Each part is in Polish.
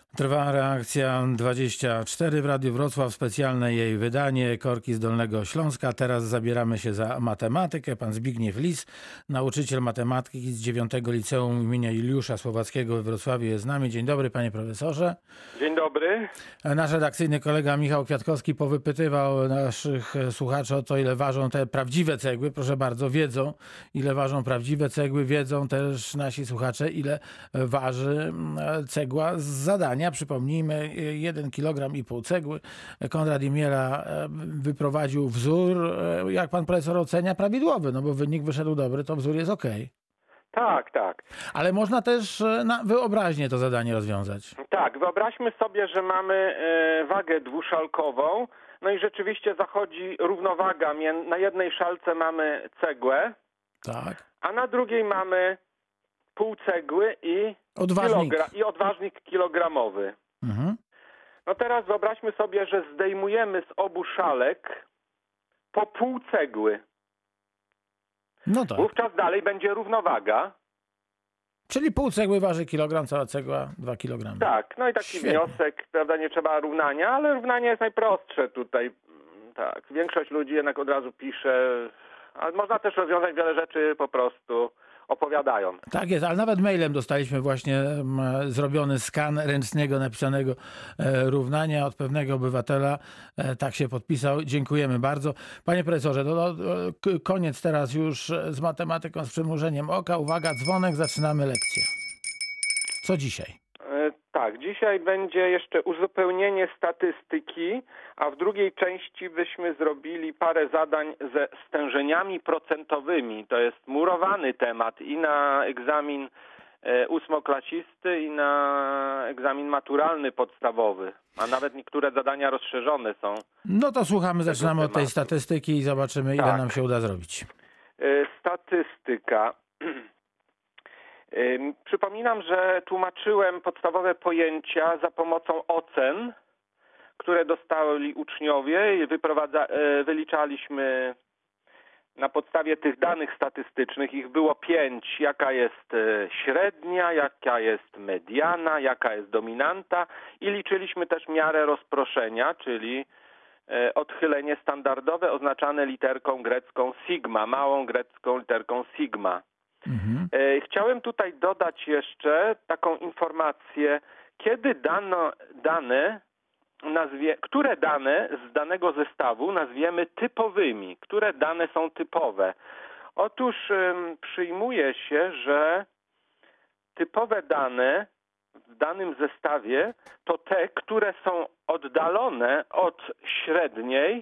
Trwa reakcja 24 w Radiu Wrocław, specjalne jej wydanie Korki z Dolnego Śląska. Teraz zabieramy się za matematykę. Pan Zbigniew Lis, nauczyciel matematyki z 9 Liceum imienia Juliusza Słowackiego we Wrocławiu jest z nami. Dzień dobry, panie profesorze. Dzień dobry. Nasz redakcyjny kolega Michał Kwiatkowski powypytywał naszych słuchaczy o to, ile ważą te prawdziwe cegły. Proszę bardzo, wiedzą, ile ważą prawdziwe cegły. Wiedzą też nasi słuchacze, ile waży cegła z zadania. Przypomnijmy, 1,5 kg cegły. Konrad Imiela wyprowadził wzór, jak pan profesor ocenia, prawidłowy, no bo wynik wyszedł dobry, to wzór jest okej. Tak, tak. Ale można też na wyobraźnię to zadanie rozwiązać. Tak, wyobraźmy sobie, że mamy wagę dwuszalkową, no i rzeczywiście zachodzi równowaga. Na jednej szalce mamy cegłę, Tak. a na drugiej mamy pół cegły i odważnik kilogramowy. Mhm. No teraz wyobraźmy sobie, że zdejmujemy z obu szalek po pół cegły. No tak. Wówczas dalej będzie równowaga. Czyli pół cegły waży kilogram, cała cegła 2 kg. Tak, no i taki Świetnie. wniosek, prawda, nie trzeba równania, ale równanie jest najprostsze tutaj. Tak, większość ludzi jednak od razu pisze, ale można też rozwiązać wiele rzeczy po prostu opowiadając. Tak jest, ale nawet mailem dostaliśmy właśnie zrobiony skan ręcznego napisanego równania od pewnego obywatela. Tak się podpisał. Dziękujemy bardzo. Panie profesorze, koniec teraz już z matematyką z przymrużeniem oka. Uwaga, dzwonek, zaczynamy lekcję. Co dzisiaj? Tak, dzisiaj będzie jeszcze uzupełnienie statystyki, a w drugiej części byśmy zrobili parę zadań ze stężeniami procentowymi. To jest murowany temat i na egzamin ósmoklasisty i na egzamin maturalny podstawowy, a nawet niektóre zadania rozszerzone są. No to słuchamy, zaczynamy od tej statystyki i zobaczymy, ile nam się uda zrobić. Statystyka. Przypominam, że tłumaczyłem podstawowe pojęcia za pomocą ocen, które dostali uczniowie i wyliczaliśmy na podstawie tych danych statystycznych. Ich było 5. Jaka jest średnia, jaka jest mediana, jaka jest dominanta i liczyliśmy też miarę rozproszenia, czyli odchylenie standardowe oznaczane literką grecką sigma, małą grecką literką sigma. Mhm. Chciałem tutaj dodać jeszcze taką informację, kiedy które dane z danego zestawu nazwiemy typowymi, które dane są typowe. Otóż przyjmuje się, że typowe dane w danym zestawie to te, które są oddalone od średniej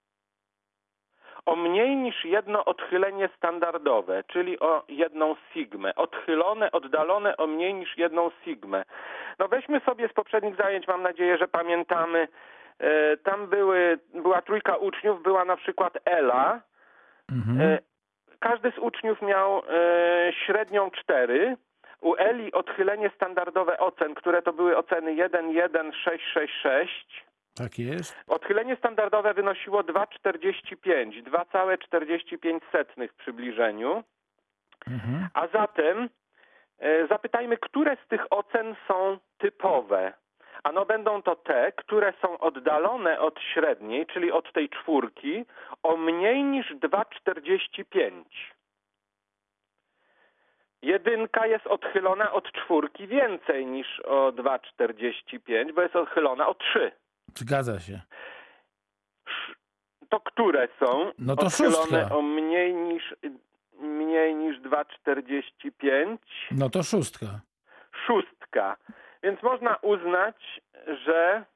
o mniej niż jedno odchylenie standardowe, czyli o 1 sigmę. Odchylone, oddalone o mniej niż 1 sigmę. No weźmy sobie z poprzednich zajęć, mam nadzieję, że pamiętamy, tam była trójka uczniów, była na przykład Ela. Mhm. Każdy z uczniów miał średnią 4. U Eli odchylenie standardowe ocen, które to były oceny 1, 1, 6, 6, 6. Tak jest. Odchylenie standardowe wynosiło 2,45, 2,45 w przybliżeniu. Mhm. A zatem zapytajmy, które z tych ocen są typowe. Ano będą to te, które są oddalone od średniej, czyli od tej 4, o mniej niż 2,45. 1 jest odchylona od 4 więcej niż o 2,45, bo jest odchylona o 3. Zgadza się. To które są No to odchylone szóstka. o mniej niż 2,45? No to 6. 6. Więc można uznać, że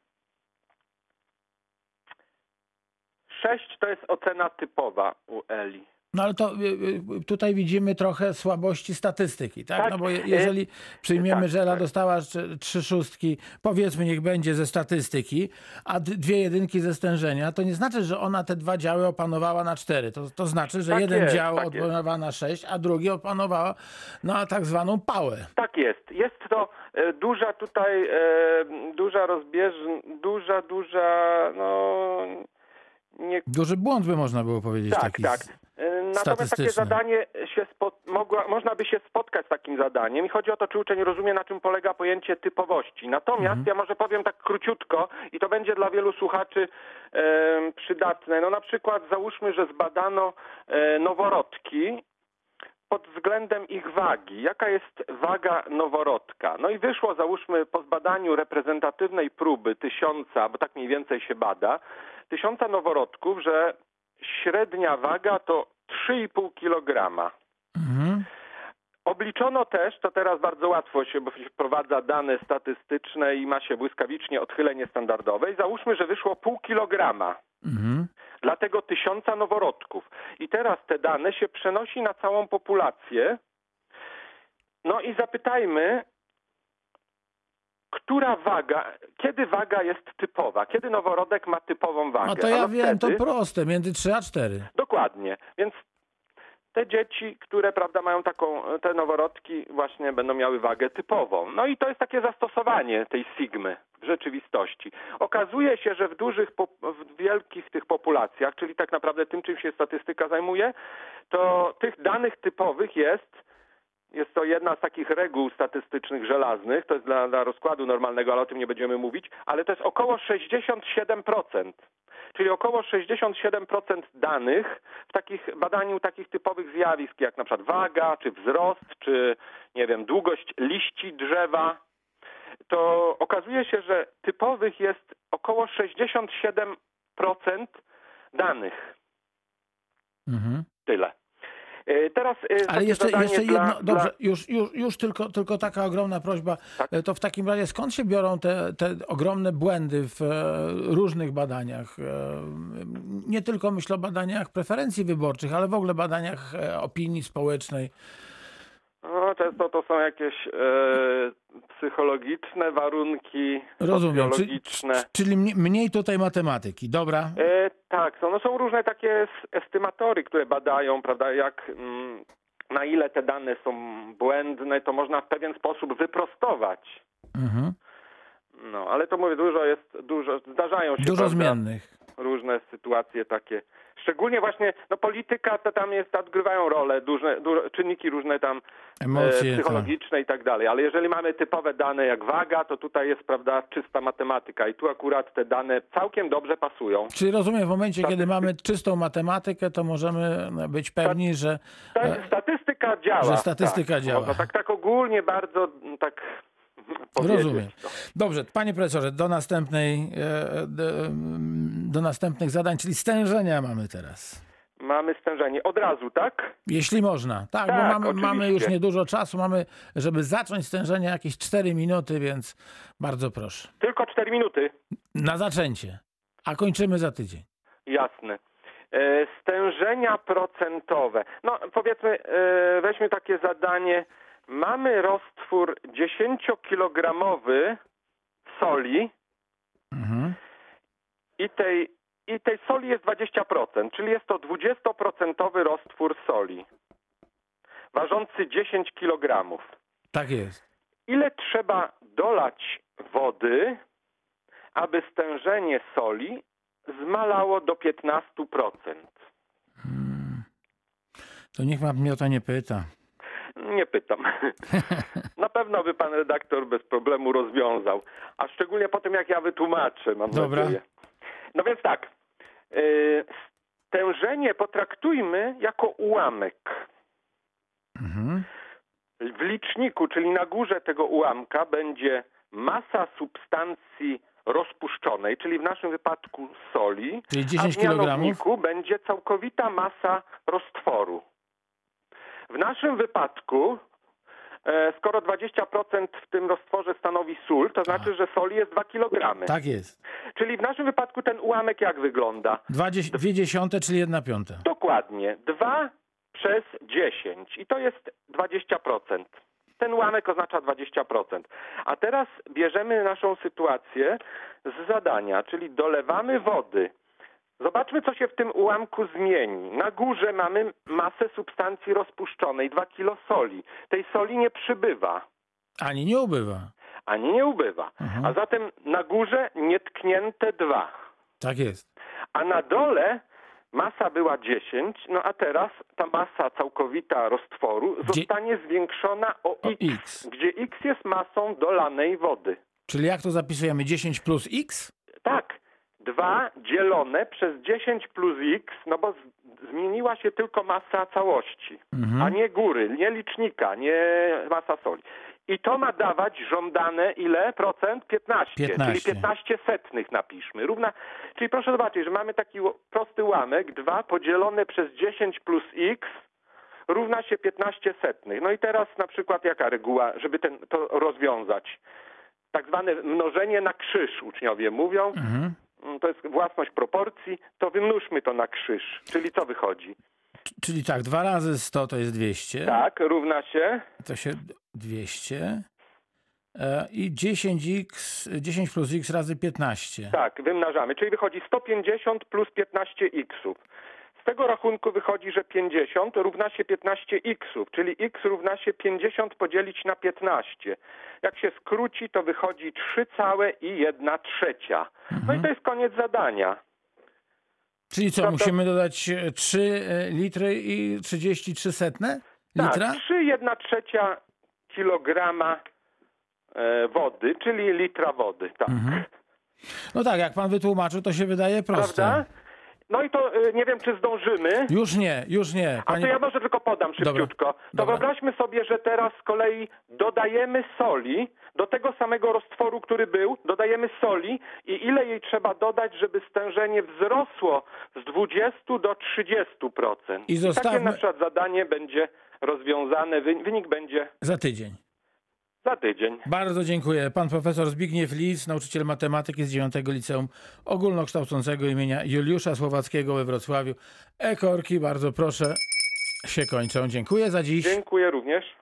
6 to jest ocena typowa u Eli. No ale to tutaj widzimy trochę słabości statystyki, tak? Tak. No bo jeżeli przyjmiemy, Tak, że Ela tak. dostała 3 szóstki, powiedzmy niech będzie ze statystyki, a 2 jedynki ze stężenia, to nie znaczy, że ona te 2 działy opanowała na 4. To znaczy, że Tak jeden jest, dział tak opanowała na 6, a drugi opanowała na tak zwaną pałę. Tak jest. Jest to duża tutaj, no... Duży błąd by można było powiedzieć. Tak, taki. tak. Natomiast takie statystyczne. zadanie można by się spotkać z takim zadaniem i chodzi o to, czy uczeń rozumie, na czym polega pojęcie typowości. Natomiast ja może powiem tak króciutko i to będzie dla wielu słuchaczy przydatne. No na przykład załóżmy, że zbadano noworodki pod względem ich wagi. Jaka jest waga noworodka? No i wyszło, załóżmy, po zbadaniu reprezentatywnej próby 1000, bo tak mniej więcej się bada, 1000 noworodków, że średnia waga to 3,5 kg. Mhm. Obliczono też, to teraz bardzo łatwo się, bo się wprowadza dane statystyczne i ma się błyskawicznie odchylenie standardowe i załóżmy, że wyszło 0,5 kg. Mhm. Dla tego 1000 noworodków. I teraz te dane się przenosi na całą populację. No i zapytajmy, kiedy waga jest typowa? Kiedy noworodek ma typową wagę? No to ja wiem, wtedy, to proste, między 3 a 4. Dokładnie. Więc te dzieci, które, prawda, mają te noworodki właśnie będą miały wagę typową. No i to jest takie zastosowanie tej sigmy w rzeczywistości. Okazuje się, że w wielkich tych populacjach, czyli tak naprawdę tym, czym się statystyka zajmuje, to tych danych typowych jest to jedna z takich reguł statystycznych żelaznych, to jest dla rozkładu normalnego, ale o tym nie będziemy mówić, ale to jest około 67%. Czyli około 67% danych w badaniu takich typowych zjawisk, jak na przykład waga, czy wzrost, czy nie wiem, długość liści drzewa, to okazuje się, że typowych jest około 67% danych. Mhm. Tyle. Teraz Ale jeszcze jedno, dobrze, już tylko taka ogromna prośba. Tak? To w takim razie skąd się biorą te ogromne błędy w różnych badaniach? Nie tylko myślę o badaniach preferencji wyborczych, ale w ogóle badaniach opinii społecznej. No, często to są jakieś psychologiczne warunki, Rozumiem, socjologiczne. czyli mniej tutaj matematyki, dobra? Tak, są różne takie estymatory, które badają, prawda, na ile te dane są błędne, to można w pewien sposób wyprostować. Mhm. No, ale to mówię, zdarzają się, Dużo prawda, zmiennych. różne sytuacje takie. Szczególnie właśnie, polityka to tam odgrywają rolę, czynniki różne tam Emocje, psychologiczne i tak dalej. Ale jeżeli mamy typowe dane jak waga, to tutaj jest, prawda, czysta matematyka i tu akurat te dane całkiem dobrze pasują. Czyli rozumiem, w momencie, kiedy mamy czystą matematykę, to możemy być pewni, że... Statystyka działa. Że statystyka tak, działa. Można tak ogólnie bardzo tak powiedzieć. Rozumiem. Dobrze, panie profesorze, do następnych zadań, czyli stężenia mamy teraz. Mamy stężenie. Od razu, tak? Jeśli można. Tak, Tak, bo mamy oczywiście. już niedużo czasu. Mamy, żeby zacząć stężenie, jakieś 4 minuty, więc bardzo proszę. Tylko 4 minuty. Na zaczęcie. A kończymy za tydzień. Jasne. Stężenia procentowe. No powiedzmy, weźmy takie zadanie. Mamy roztwór 10-kilogramowy soli Mhm. i tej soli jest 20%, czyli jest to 20% roztwór soli, ważący 10 kg. Tak jest. Ile trzeba dolać wody, aby stężenie soli zmalało do 15%? To niech mnie o to nie pyta. Nie pytam. Na pewno by pan redaktor bez problemu rozwiązał. A szczególnie po tym, jak ja wytłumaczę, mam Dobra. nadzieję. No więc tak. Stężenie potraktujmy jako ułamek. Mhm. W liczniku, czyli na górze tego ułamka, będzie masa substancji rozpuszczonej, czyli w naszym wypadku soli, Czyli 10 a w kg? mianowniku będzie całkowita masa roztworu. W naszym wypadku, skoro 20% w tym roztworze stanowi sól, to znaczy, że soli jest 2 kg. Tak jest. Czyli w naszym wypadku ten ułamek jak wygląda? 2/10, czyli 1/5. Dokładnie. 2 przez 10 i to jest 20%. Ten ułamek oznacza 20%. A teraz bierzemy naszą sytuację z zadania, czyli dolewamy wody. Zobaczmy, co się w tym ułamku zmieni. Na górze mamy masę substancji rozpuszczonej, 2 kg soli. Tej soli nie przybywa, Ani nie ubywa. ani nie ubywa. Mhm. A zatem na górze nietknięte 2. Tak jest. A na dole masa była 10, no a teraz ta masa całkowita roztworu zostanie zwiększona o x, gdzie x jest masą dolanej wody. Czyli jak to zapisujemy? 10 plus x? Tak, 2 dzielone przez 10 plus x, no bo zmieniła się tylko masa całości, a nie góry, nie licznika, nie masa soli. I to ma dawać żądane ile procent? 15. 15. Czyli 15 setnych napiszmy. Czyli proszę zobaczyć, że mamy taki prosty ułamek, 2 podzielone przez 10 plus x równa się 15 setnych. No i teraz na przykład jaka reguła, żeby to rozwiązać? Tak zwane mnożenie na krzyż uczniowie mówią. To jest własność proporcji, to wymnóżmy to na krzyż. Czyli co wychodzi? Czyli tak, 2 razy 100 to jest 200. Tak, równa się? To się 200. I 10 plus x razy 15. Tak, wymnażamy. Czyli wychodzi 150 plus 15 xów. Z tego rachunku wychodzi, że 50 równa się 15 xów, czyli x równa się 50 podzielić na 15. Jak się skróci, to wychodzi 3,1/3. No i to jest koniec zadania. Czyli co, musimy dodać 3 litry i 33 setne litra? Tak, 3,1/3 kilograma wody, czyli litra wody. Tak. No tak, jak pan wytłumaczył, to się wydaje proste. Prawda? No i to nie wiem, czy zdążymy. Już nie. A to ja może tylko podam szybciutko. To Dobra. wyobraźmy sobie, że teraz z kolei dodajemy soli do tego samego roztworu, który był, dodajemy soli i ile jej trzeba dodać, żeby stężenie wzrosło z 20 do 30%. I zostawmy... Takie na przykład zadanie będzie rozwiązane, wynik będzie Za tydzień. za tydzień. Bardzo dziękuję. Pan profesor Zbigniew Lis, nauczyciel matematyki z 9 Liceum Ogólnokształcącego imienia Juliusza Słowackiego we Wrocławiu. E-korki, bardzo proszę, się kończą. Dziękuję za dziś. Dziękuję również.